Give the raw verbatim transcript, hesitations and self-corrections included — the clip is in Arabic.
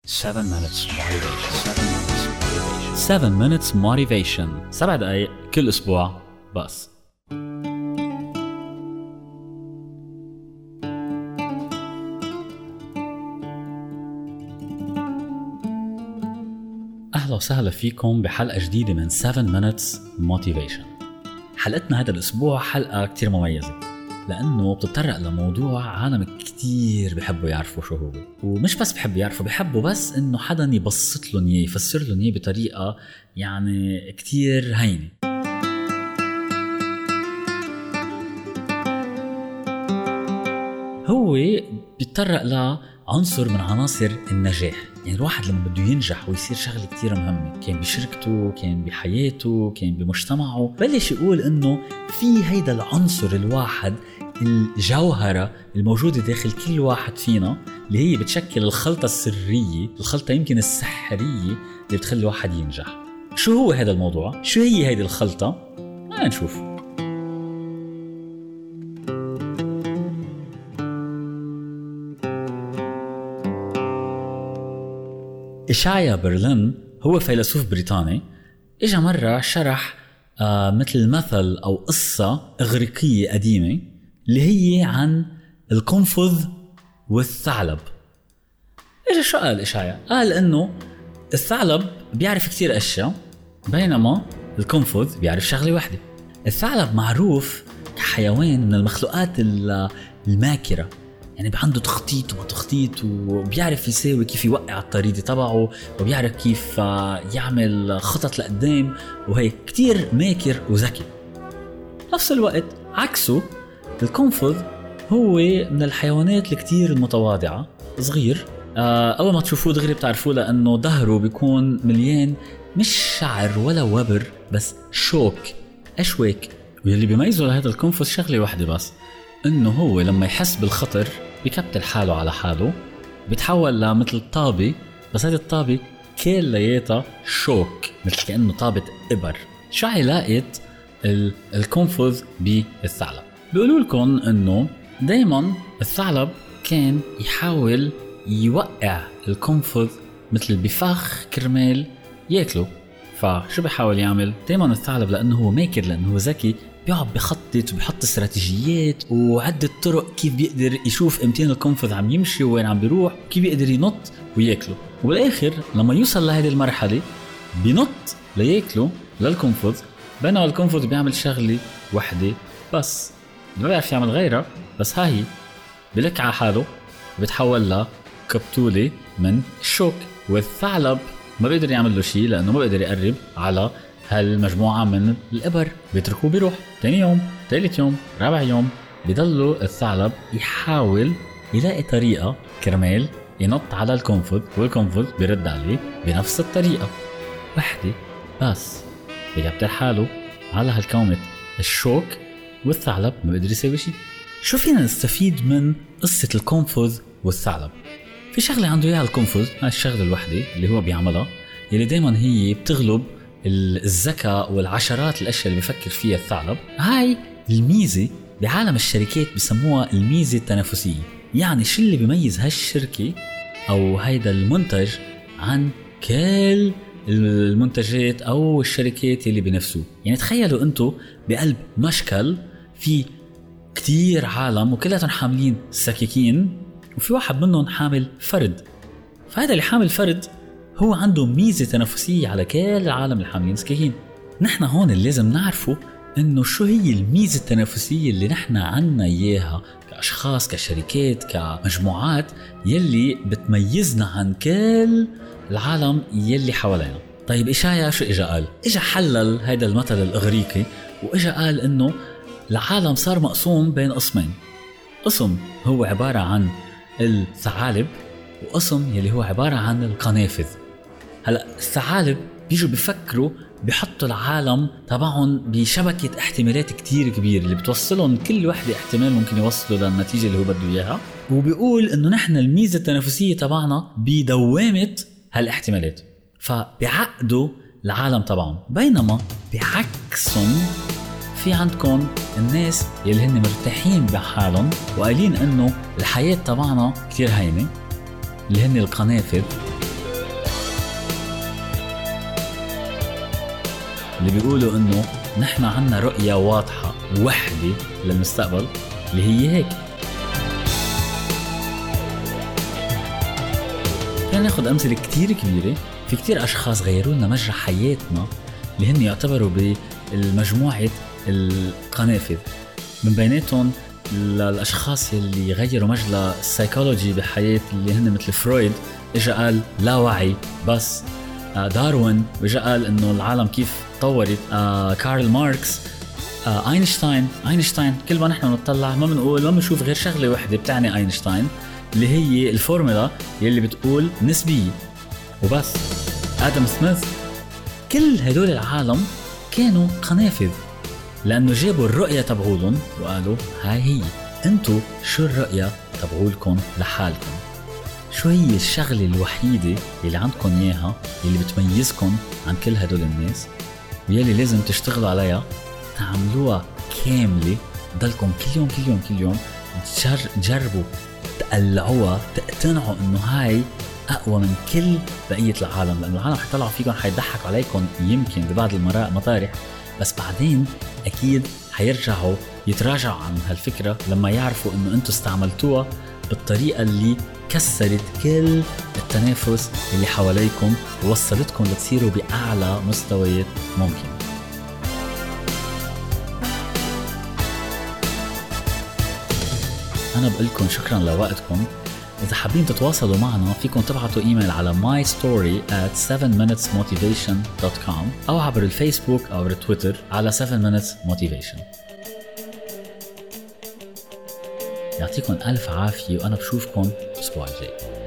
seven minutes motivation. seven minutes motivation. سبع دقايق كل أسبوع بس. أهلا وسهلا فيكم بحلقة جديدة من seven minutes motivation. حلقتنا هذا الأسبوع حلقة كتير مميزة لأنه بتتطرق لموضوع عالم كتير بحبوا يعرفوا شو هو، ومش بس بحبوا يعرفوا، بحبوا بس إنه حدا يبسط لهم إياه، يفسر لهم إياه بطريقة يعني كتير هينة. هو بيتطرق لعنصر من عناصر النجاح. يعني الواحد لما بده ينجح ويصير شغلة كتير مهمة، كان بشركته، كان بحياته، كان بمجتمعه، بلش يقول إنه في هيدا العنصر الواحد، الجوهرة الموجودة داخل كل واحد فينا، اللي هي بتشكل الخلطة السرية، الخلطة يمكن السحرية اللي بتخلي الواحد ينجح. شو هو هذا الموضوع؟ شو هي هيدي الخلطة؟ ما نشوف. إشعيا برلين هو فيلسوف بريطاني، إجا مرة شرح آه مثل مثل أو قصة إغريقية قديمة اللي هي عن القنفذ والثعلب. إجا شو قال إشعيا؟ قال إنه الثعلب بيعرف كتير أشياء بينما القنفذ بيعرف شغلة واحدة. الثعلب معروف كحيوان من المخلوقات الماكرة، يعني عنده تخطيط وتخطيط وبيعرف يساوي كيف يوقع الطريدة تبعه، وبيعرف كيف يعمل خطط لقدام، وهي كتير ماكر وذكي. نفس الوقت عكسه القنفذ هو من الحيوانات الكتير المتواضعة، صغير، أول ما تشوفوه دغري بتعرفوه لأنه ظهره بيكون مليان مش شعر ولا وبر بس شوك، أشواك. واللي بيميزه لهذا القنفذ شغلة واحدة بس، إنه هو لما يحس بالخطر بيكبتل حاله على حاله، بيتحول لمثل طابة، بس هذه الطابة كلياتها شوك، مثل كأنه طابة إبر. شو علاقة القنفذ بالثعلب؟ بيقولوا لكم إنه دايما الثعلب كان يحاول يوقع القنفذ مثل بفخ كرمال ياكله. فشو بيحاول يعمل؟ دايما الثعلب لأنه هو ماكر، لأنه هو ذكي، بيقعد بيخطط وبيحط استراتيجيات وعدة طرق كيف بيقدر يشوف امتين القنفذ عم يمشي وين عم بيروح، كيف بيقدر ينط وياكله. وبالآخر لما يوصل لهذه المرحلة بينط لياكله للقنفذ، بينما القنفذ بيعمل شغلة واحدة بس، ما بيعرف يعمل غيرها، بس هاي بلك على حاله وبتحول لكبتولة من الشوك. والثعلب ما بيقدر يعمل له شيء لأنه ما بيقدر يقرب على هالمجموعة من الإبر، بيتركوه بيروح. تاني يوم، ثالث يوم، رابع يوم، بيضلوا الثعلب يحاول يلاقي طريقة كرمال ينط على القنفذ، والقنفذ بيرد عليه بنفس الطريقة واحدة بس، بيكبتل حاله على هالكومة الشوك، والثعلب ما بيقدر يسوي شيء. شو فينا نستفيد من قصة القنفذ والثعلب؟ في شغلة عنده إياها القنفذ، هاي الشغلة الوحدة اللي هو بيعملها، اللي دايما هي بتغلب الذكاء والعشرات الأشياء اللي بفكر فيها الثعلب. هاي الميزة بعالم الشركات بسموها الميزة التنافسية. يعني شو اللي بيميز هالشركة أو هيدا المنتج عن كل المنتجات أو الشركات اللي بنفسه؟ يعني تخيلوا أنتوا بقلب مشكل في كتير عالم وكلاتهم حاملين سكاكين، وفي واحد منهم حامل فرد. فهذا اللي حامل فرد هو عنده ميزة تنافسية على كل العالم الحاملين سكاكين. نحن هون اللي لازم نعرفه إنه شو هي الميزة التنافسية اللي نحن عنا إياها كأشخاص، كشركات، كمجموعات، يلي بتميزنا عن كل العالم يلي حوالينا. طيب إشعيا شو إجا قال؟ إجا حلل هيدا المثل الإغريقي، وإجا قال إنه العالم صار مقسوم بين قسمين. قسم هو عبارة عن الثعالب، وقسم يلي هو عبارة عن القنافذ. هلأ الثعالب بيجوا بيفكروا بيحطوا العالم تبعهم بشبكة احتمالات كتير كبيرة اللي بتوصلهم كل واحدة احتمال ممكن يوصلوا للنتيجة اللي هو بده إياها، وبيقول إنه نحن الميزة التنافسية تبعنا بدوامة هالاحتمالات، فبيعقدوا العالم تبعهم. بينما بعكسهم في عندكم الناس يلي هن مرتاحين بحالهم وقايلين إنه الحياة تبعنا كتير هينة، اللي هن القنافذ، اللي بيقولوا إنه نحن عنا رؤية واضحة وحدة للمستقبل اللي هي هيك. فينا ناخد أمثلة كتير كبيرة. في كتير أشخاص غيروا لنا مجرى حياتنا اللي هن يعتبروا بالمجموعة القنافذ. من بيناتهم الأشخاص اللي غيروا مجرى السايكولوجي بحياة اللي هن مثل فرويد، إجا قال لا وعي بس. داروين إجا قال إنه العالم كيف تطورت. كارل ماركس، أينشتاين أينشتاين كل ما نحن نطلع ما بنقول ما بنشوف غير شغلة واحدة بتعني أينشتاين اللي هي الفورمولا يلي بتقول نسبية وبس. آدم سميث، كل هدول العالم كانوا قنافذ لأنه جابوا الرؤية تبعولهم وقالوا هاي هي. انتو شو الرؤية تبعولكم لحالكم؟ شو هي الشغلة الوحيدة اللي عندكم إياها اللي بتميزكم عن كل هدول الناس ويلي لازم تشتغلوا عليها تعملوها كاملة؟ ضلكم كل يوم كل يوم كل يوم تجربوا تقلعوها، تقتنعوا إنه هاي أقوى من كل بقية العالم، لأنه العالم حيطلعوا فيكم حيضحك عليكم يمكن ببعض المطارح، بس بعدين أكيد حيرجعوا يتراجعوا عن هالفكرة لما يعرفوا إنه أنتوا استعملتوها بالطريقة اللي كسرت كل التنافس اللي حواليكم ووصلتكم لتصيروا بأعلى مستويات ممكن. أنا بقولكم شكرا لوقتكم. إذا حابين تتواصلوا معنا فيكم تبعتوا إيميل على my story at seven minutes motivation dot com أو عبر الفيسبوك أو عبر تويتر على seven minutes motivation. يعطيكم ألف عافية وأنا بشوفكم الأسبوع الجاي.